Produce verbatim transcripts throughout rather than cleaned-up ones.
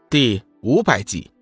第五百集，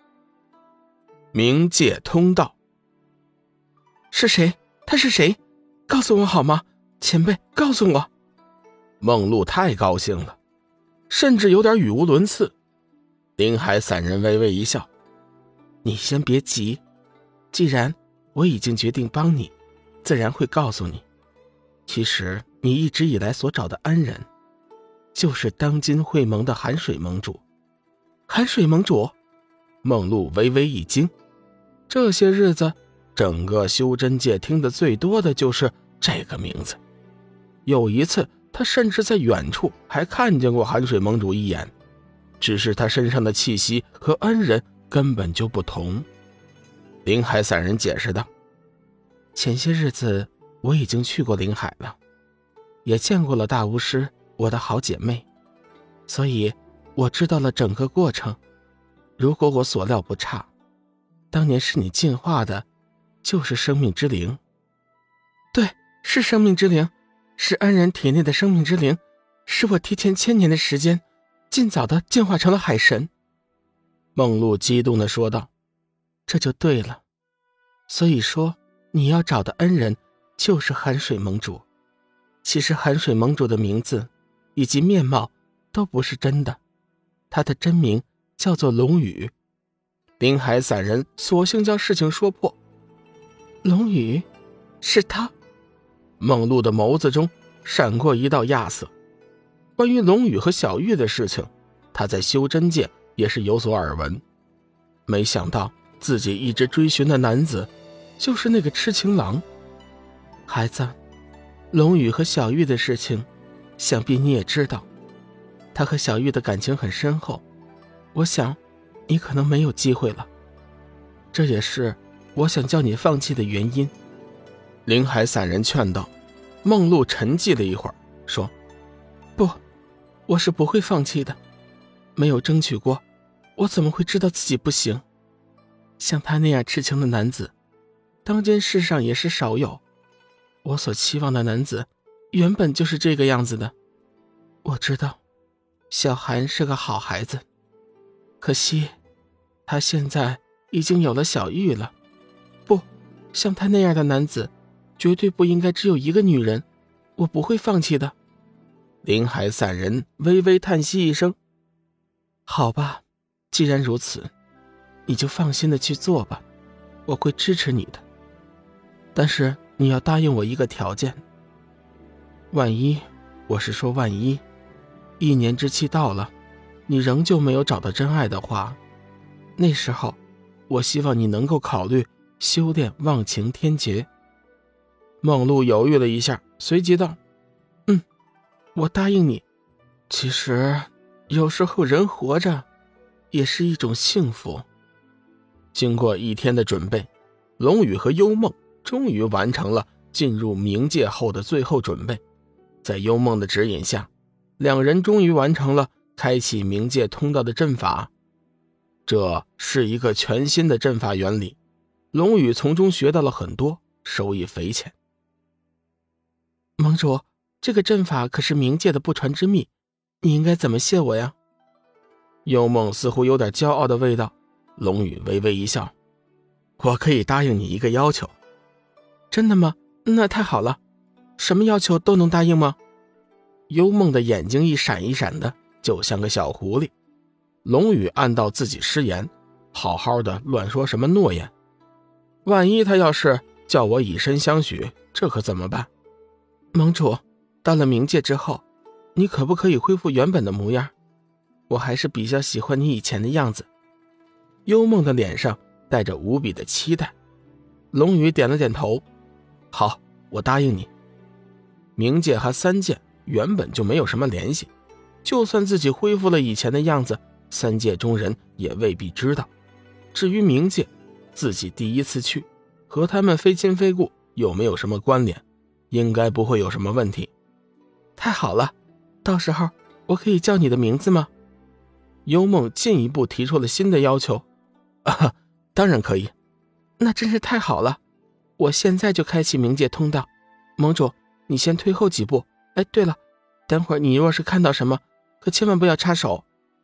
冥界通道。 是谁？他是谁？告诉我好吗？前辈，告诉我。 梦露太高兴了，甚至有点语无伦次。林海散人微微一笑， 你先别急，既然我已经决定帮你，自然会告诉你。其实你一直以来所找的恩人，就是当今会盟的寒水盟主。寒水盟主？ 梦露微微一惊，这些日子整个修真界听得最多的就是这个名字。有一次他甚至在远处还看见过寒水盟主一眼，只是他身上的气息和恩人根本就不同。林海散人解释道， 前些日子我已经去过临海了，也见过了大巫师，我的好姐妹，所以我知道了整个过程。如果我所料不差，当年是你进化的就是生命之灵。对，是生命之灵，是恩人体内的生命之灵，是我提前千年的时间尽早的进化成了海神。 梦露激动地说道， 这就对了，所以说你要找的恩人就是寒水盟主。其实寒水盟主的名字以及面貌都不是真的，他的真名叫做龙宇。 林海散人索性将事情说破。 龙宇？是他？ 梦露的眸子中闪过一道亚色。关于龙宇和小玉的事情，他在修真界也是有所耳闻。没想到自己一直追寻的男子就是那个痴情郎。 孩子，龙宇和小玉的事情想必你也知道，他和小玉的感情很深厚，我想你可能没有机会了，这也是我想叫你放弃的原因。 林海散人劝道。梦露沉寂了一会儿，说， 不，我是不会放弃的，没有争取过，我怎么会知道自己不行？像他那样痴情的男子，当今世上也是少有，我所期望的男子原本就是这个样子的。我知道小寒是个好孩子，可惜他现在已经有了小玉了。不，像他那样的男子绝对不应该只有一个女人，我不会放弃的。 林海散人微微叹息一声， 好吧，既然如此，你就放心的去做吧，我会支持你的。但是你要答应我一个条件，万一，我是说万一，一年之期到了，你仍旧没有找到真爱的话，那时候我希望你能够考虑修炼忘情天劫。 梦露犹豫了一下，随即道， 嗯，我答应你。其实有时候人活着也是一种幸福。 经过一天的准备，龙宇和幽梦终于完成了进入冥界后的最后准备。在幽梦的指引下，两人终于完成了开启冥界通道的阵法。这是一个全新的阵法原理，龙宇从中学到了很多，受益匪浅。 盟主，这个阵法可是冥界的不传之秘，你应该怎么谢我呀？ 幽梦似乎有点骄傲的味道。龙宇微微一笑，我可以答应你一个要求。 真的吗？那太好了，什么要求都能答应吗？ 幽梦的眼睛一闪一闪的，就像个小狐狸。龙宇暗道自己失言，好好的乱说什么诺言，万一他要是叫我以身相许，这可怎么办？ 盟主，到了冥界之后，你可不可以恢复原本的模样？我还是比较喜欢你以前的样子。 幽梦的脸上带着无比的期待。龙宇点了点头，好，我答应你。冥界和三界原本就没有什么联系，就算自己恢复了以前的样子，三界中人也未必知道。至于冥界，自己第一次去，和他们非亲非故，有没有什么关联，应该不会有什么问题。 太好了，到时候我可以叫你的名字吗？ 幽梦进一步提出了新的要求。啊，当然可以。 那真是太好了，我现在就开启冥界通道。盟主，你先退后几步。哎，对了，等会儿你若是看到什么，可千万不要插手。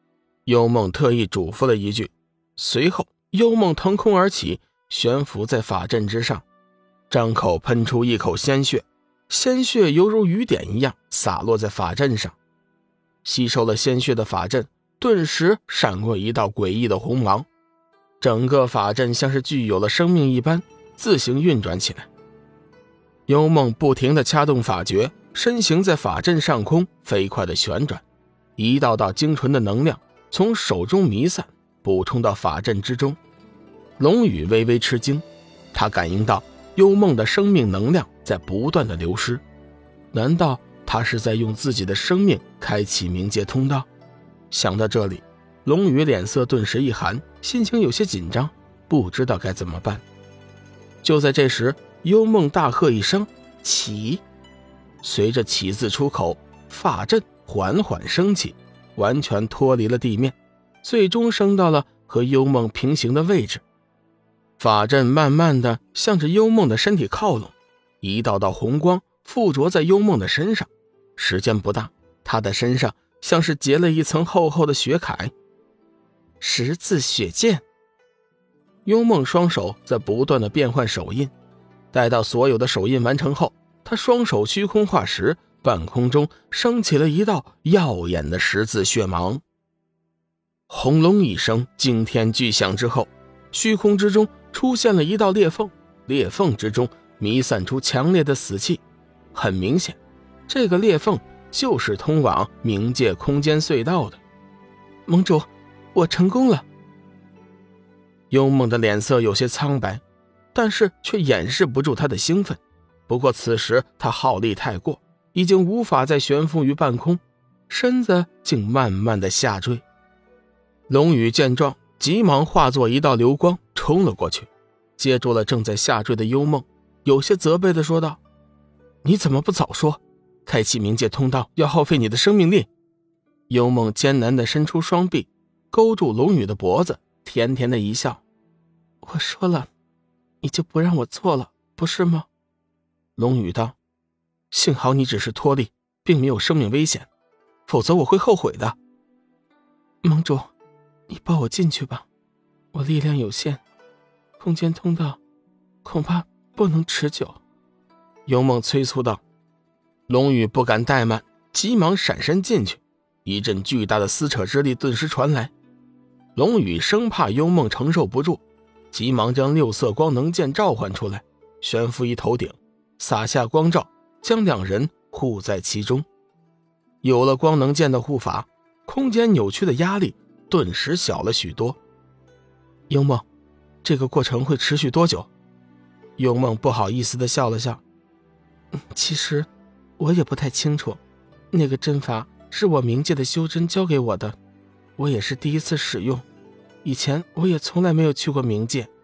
幽梦特意嘱咐了一句，随后幽梦腾空而起，悬浮在法阵之上，张口喷出一口鲜血，鲜血犹如雨点一样洒落在法阵上。吸收了鲜血的法阵顿时闪过一道诡异的红芒，整个法阵像是具有了生命一般，自行运转起来。幽梦不停地掐动法诀，身形在法阵上空飞快地旋转，一道道精纯的能量从手中弥散，补充到法阵之中。龙宇微微吃惊，他感应到幽梦的生命能量在不断的流失，难道他是在用自己的生命开启冥界通道？想到这里，龙宇脸色顿时一寒，心情有些紧张，不知道该怎么办。就在这时，幽梦大喝一声起，随着起字出口，法阵缓缓升起，完全脱离了地面，最终升到了和幽梦平行的位置。法阵慢慢的向着幽梦的身体靠拢，一道道红光附着在幽梦的身上，时间不大，他的身上像是结了一层厚厚的血铠。十字血剑。幽梦双手在不断的变换手印，待到所有的手印完成后，他双手虚空化时，半空中升起了一道耀眼的十字血芒。轰隆一声惊天巨响之后，虚空之中出现了一道裂缝，裂缝之中弥散出强烈的死气。很明显，这个裂缝就是通往冥界空间隧道的。 盟主，我成功了。 幽梦的脸色有些苍白，但是却掩饰不住他的兴奋。不过此时他耗力太过，已经无法再悬浮于半空，身子竟慢慢的下坠。龙宇见状，急忙化作一道流光冲了过去，接住了正在下坠的幽梦，有些责备地说道：你怎么不早说？开启冥界通道要耗费你的生命力。幽梦艰难地伸出双臂，勾住龙宇的脖子，甜甜的一笑： 我说了，你就不让我做了，不是吗？ 龙宇道：幸好你只是脱力，并没有生命危险，否则我会后悔的。 盟主，你抱我进去吧，我力量有限，空间通道恐怕不能持久。 幽梦催促道。龙宇不敢怠慢，急忙闪身进去，一阵巨大的撕扯之力顿时传来。龙宇生怕幽梦承受不住，急忙将六色光能剑召唤出来，悬浮于头顶，洒下光照，将两人护在其中。有了光能剑的护法，空间扭曲的压力顿时小了许多。幽梦，这个过程会持续多久？幽梦不好意思地笑了笑。 其实我也不太清楚，那个阵法是我冥界的修真教给我的，我也是第一次使用，以前我也从来没有去过冥界。